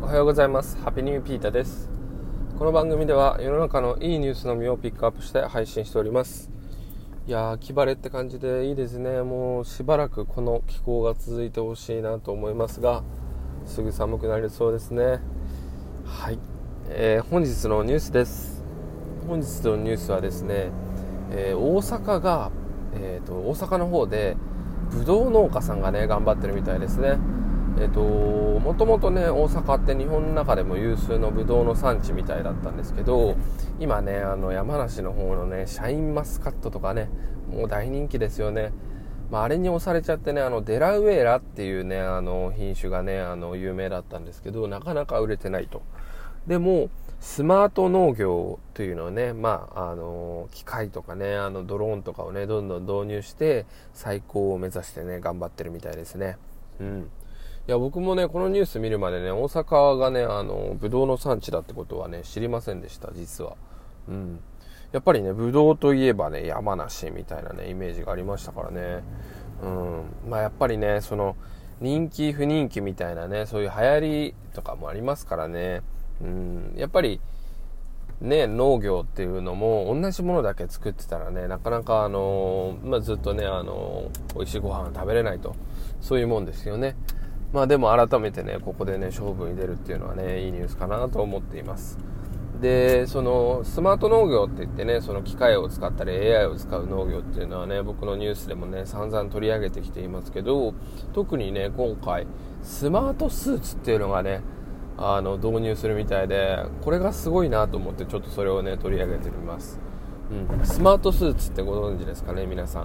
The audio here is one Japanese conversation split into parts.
はようございます。ハッピーニューピーターです。この番組では世の中のいいニュースのみをピックアップして配信しております。いやー、秋晴れって感じでいいですね。もうしばらくこの気候が続いてほしいなと思いますが、すぐ寒くなりそうですね。はい、本日のニュースです。本日のニュースはですね、大阪が、大阪の方でぶどう農家さんがね頑張ってるみたいですね。もともとね、大阪って日本の中でも有数のブドウの産地みたいだったんですけど、今ね、山梨の方のね、シャインマスカットとかね、もう大人気ですよね。あれに押されちゃってね、デラウェーラっていうね、品種がね、有名だったんですけど、なかなか売れてないと。でも、スマート農業というのをね、機械とかね、ドローンとかをね、どんどん導入して、最高を目指してね、頑張ってるみたいですね。いや、僕もね、このニュース見るまでね、大阪がね、ブドウの産地だってことはね、知りませんでした、実は。やっぱりね、ブドウといえばね、山梨みたいなね、イメージがありましたからね。やっぱりね、その、人気不人気みたいなね、そういう流行りとかもありますからね。やっぱり、ね、農業っていうのも同じものだけ作ってたらね、なかなかずっとね、美味しいご飯食べれないと、そういうもんですよね。でも改めてね、ここでね、勝負に出るっていうのはね、いいニュースかなと思っています。で、そのスマート農業って言ってね、その機械を使ったり AI を使う農業っていうのはね、僕のニュースでもね、散々取り上げてきていますけど、特にね、今回スマートスーツっていうのがね、導入するみたいで、これがすごいなと思って、ちょっとそれをね、取り上げてみます。スマートスーツってご存知ですかね、皆さん。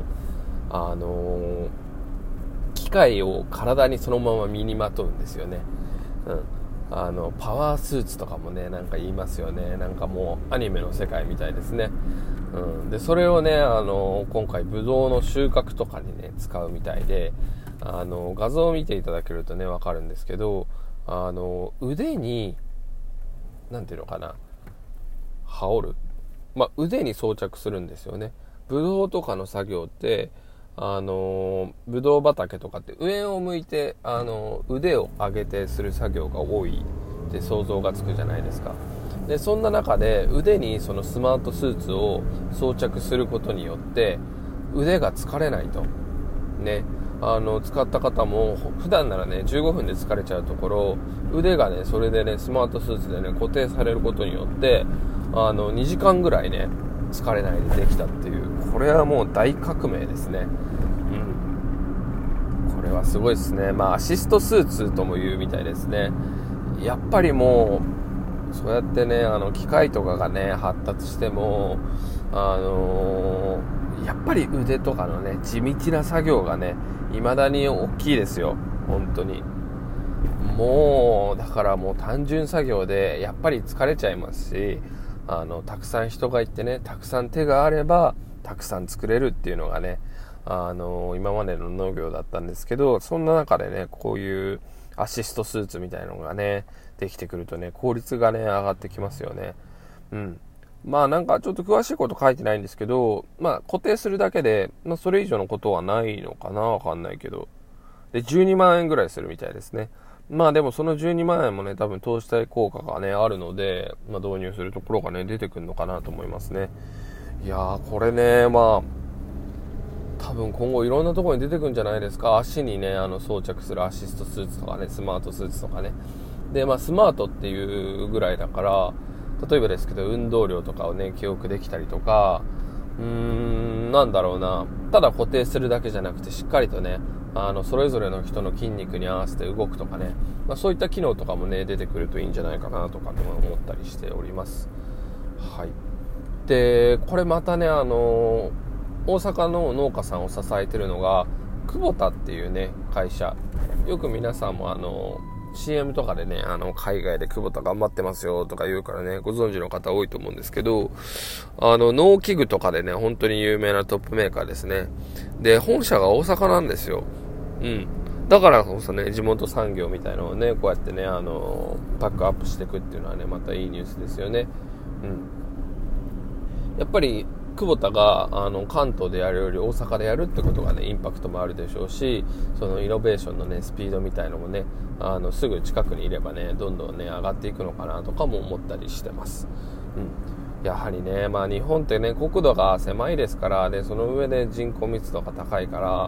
機械を体にそのまま身にまとうんですよね。パワースーツとかもね、なんか言いますよね。なんかもうアニメの世界みたいですね。で、それをね、今回ブドウの収穫とかにね、使うみたいで、画像を見ていただけるとね、わかるんですけど、腕に、なんていうのかな、羽織る。腕に装着するんですよね。ブドウとかの作業って、ブドウ畑とかって上を向いて、腕を上げてする作業が多いって想像がつくじゃないですか。で、そんな中で腕にそのスマートスーツを装着することによって腕が疲れないと。ね。使った方も普段ならね、15分で疲れちゃうところ、腕がね、それでね、スマートスーツでね、固定されることによって、2時間ぐらいね、疲れないでできたっていう、これはもう大革命ですね。これはすごいですね。アシストスーツとも言うみたいですね。やっぱりもうそうやってね、機械とかがね発達しても、やっぱり腕とかのね地道な作業がね未だに大きいですよ。本当にもうだからもう単純作業でやっぱり疲れちゃいますし、たくさん人がいてね、たくさん手があればたくさん作れるっていうのがね、今までの農業だったんですけど、そんな中でね、こういうアシストスーツみたいなのがねできてくるとね、効率がね上がってきますよね。なんかちょっと詳しいこと書いてないんですけど、固定するだけで、それ以上のことはないのかな、わかんないけど、で12万円ぐらいするみたいですね。でもその12万円もね、多分投資対効果がねあるので、導入するところがね出てくるのかなと思いますね。いやー、これね、多分今後いろんなところに出てくるんじゃないですか。足にね、装着するアシストスーツとかね、スマートスーツとかね。で、スマートっていうぐらいだから、例えばですけど、運動量とかをね、記憶できたりとか、なんだろうな、ただ固定するだけじゃなくて、しっかりとね、それぞれの人の筋肉に合わせて動くとかね、そういった機能とかもね、出てくるといいんじゃないかなとかって思ったりしております。はい。で、これまたね、大阪の農家さんを支えてるのがクボタっていうね会社、よく皆さんもCM とかでね、海外でクボタ頑張ってますよとか言うからね、ご存知の方多いと思うんですけど、農機具とかでね本当に有名なトップメーカーですね。で、本社が大阪なんですよ。だからこそね、地元産業みたいなのをねこうやってねバックアップしていくっていうのはね、またいいニュースですよね。やっぱり久保田が関東でやるより大阪でやるってことがねインパクトもあるでしょうし、そのイノベーションのねスピードみたいのもねすぐ近くにいればねどんどんね上がっていくのかなとかも思ったりしてます。やはりね、日本ってね国土が狭いですからで、その上で人口密度が高いから、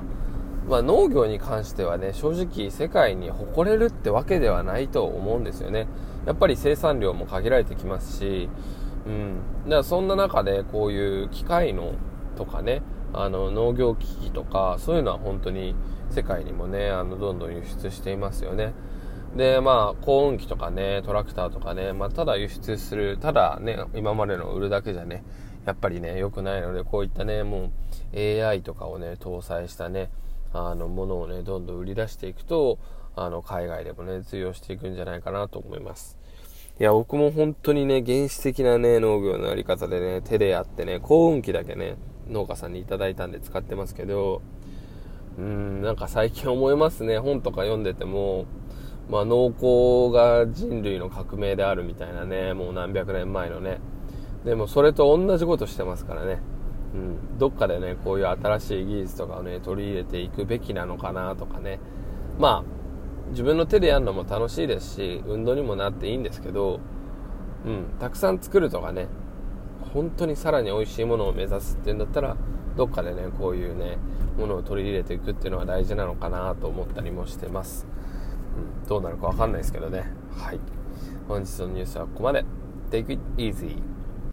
農業に関してはね正直世界に誇れるってわけではないと思うんですよね。やっぱり生産量も限られてきますし、だからそんな中でこういう機械のとかね農業機器とかそういうのは本当に世界にもねどんどん輸出していますよね。で耕運機とかねトラクターとかね、ただ輸出する、ただね今までの売るだけじゃねやっぱりね良くないので、こういったねもう AI とかをね搭載したねものをねどんどん売り出していくと海外でもね通用していくんじゃないかなと思います。いや僕も本当にね原始的なね農業のやり方でね手でやってね耕運機だけね農家さんにいただいたんで使ってますけど、なんか最近思いますね。本とか読んでても農耕が人類の革命であるみたいなね、もう何百年前のね、でもそれと同じことしてますからね。どっかでねこういう新しい技術とかをね取り入れていくべきなのかなとかね、自分の手でやるのも楽しいですし運動にもなっていいんですけど、たくさん作るとかね本当にさらに美味しいものを目指すっていうんだったらどっかでねこういうねものを取り入れていくっていうのは大事なのかなと思ったりもしてます。どうなるかわかんないですけどね。はい、本日のニュースはここまで。 Take it easy.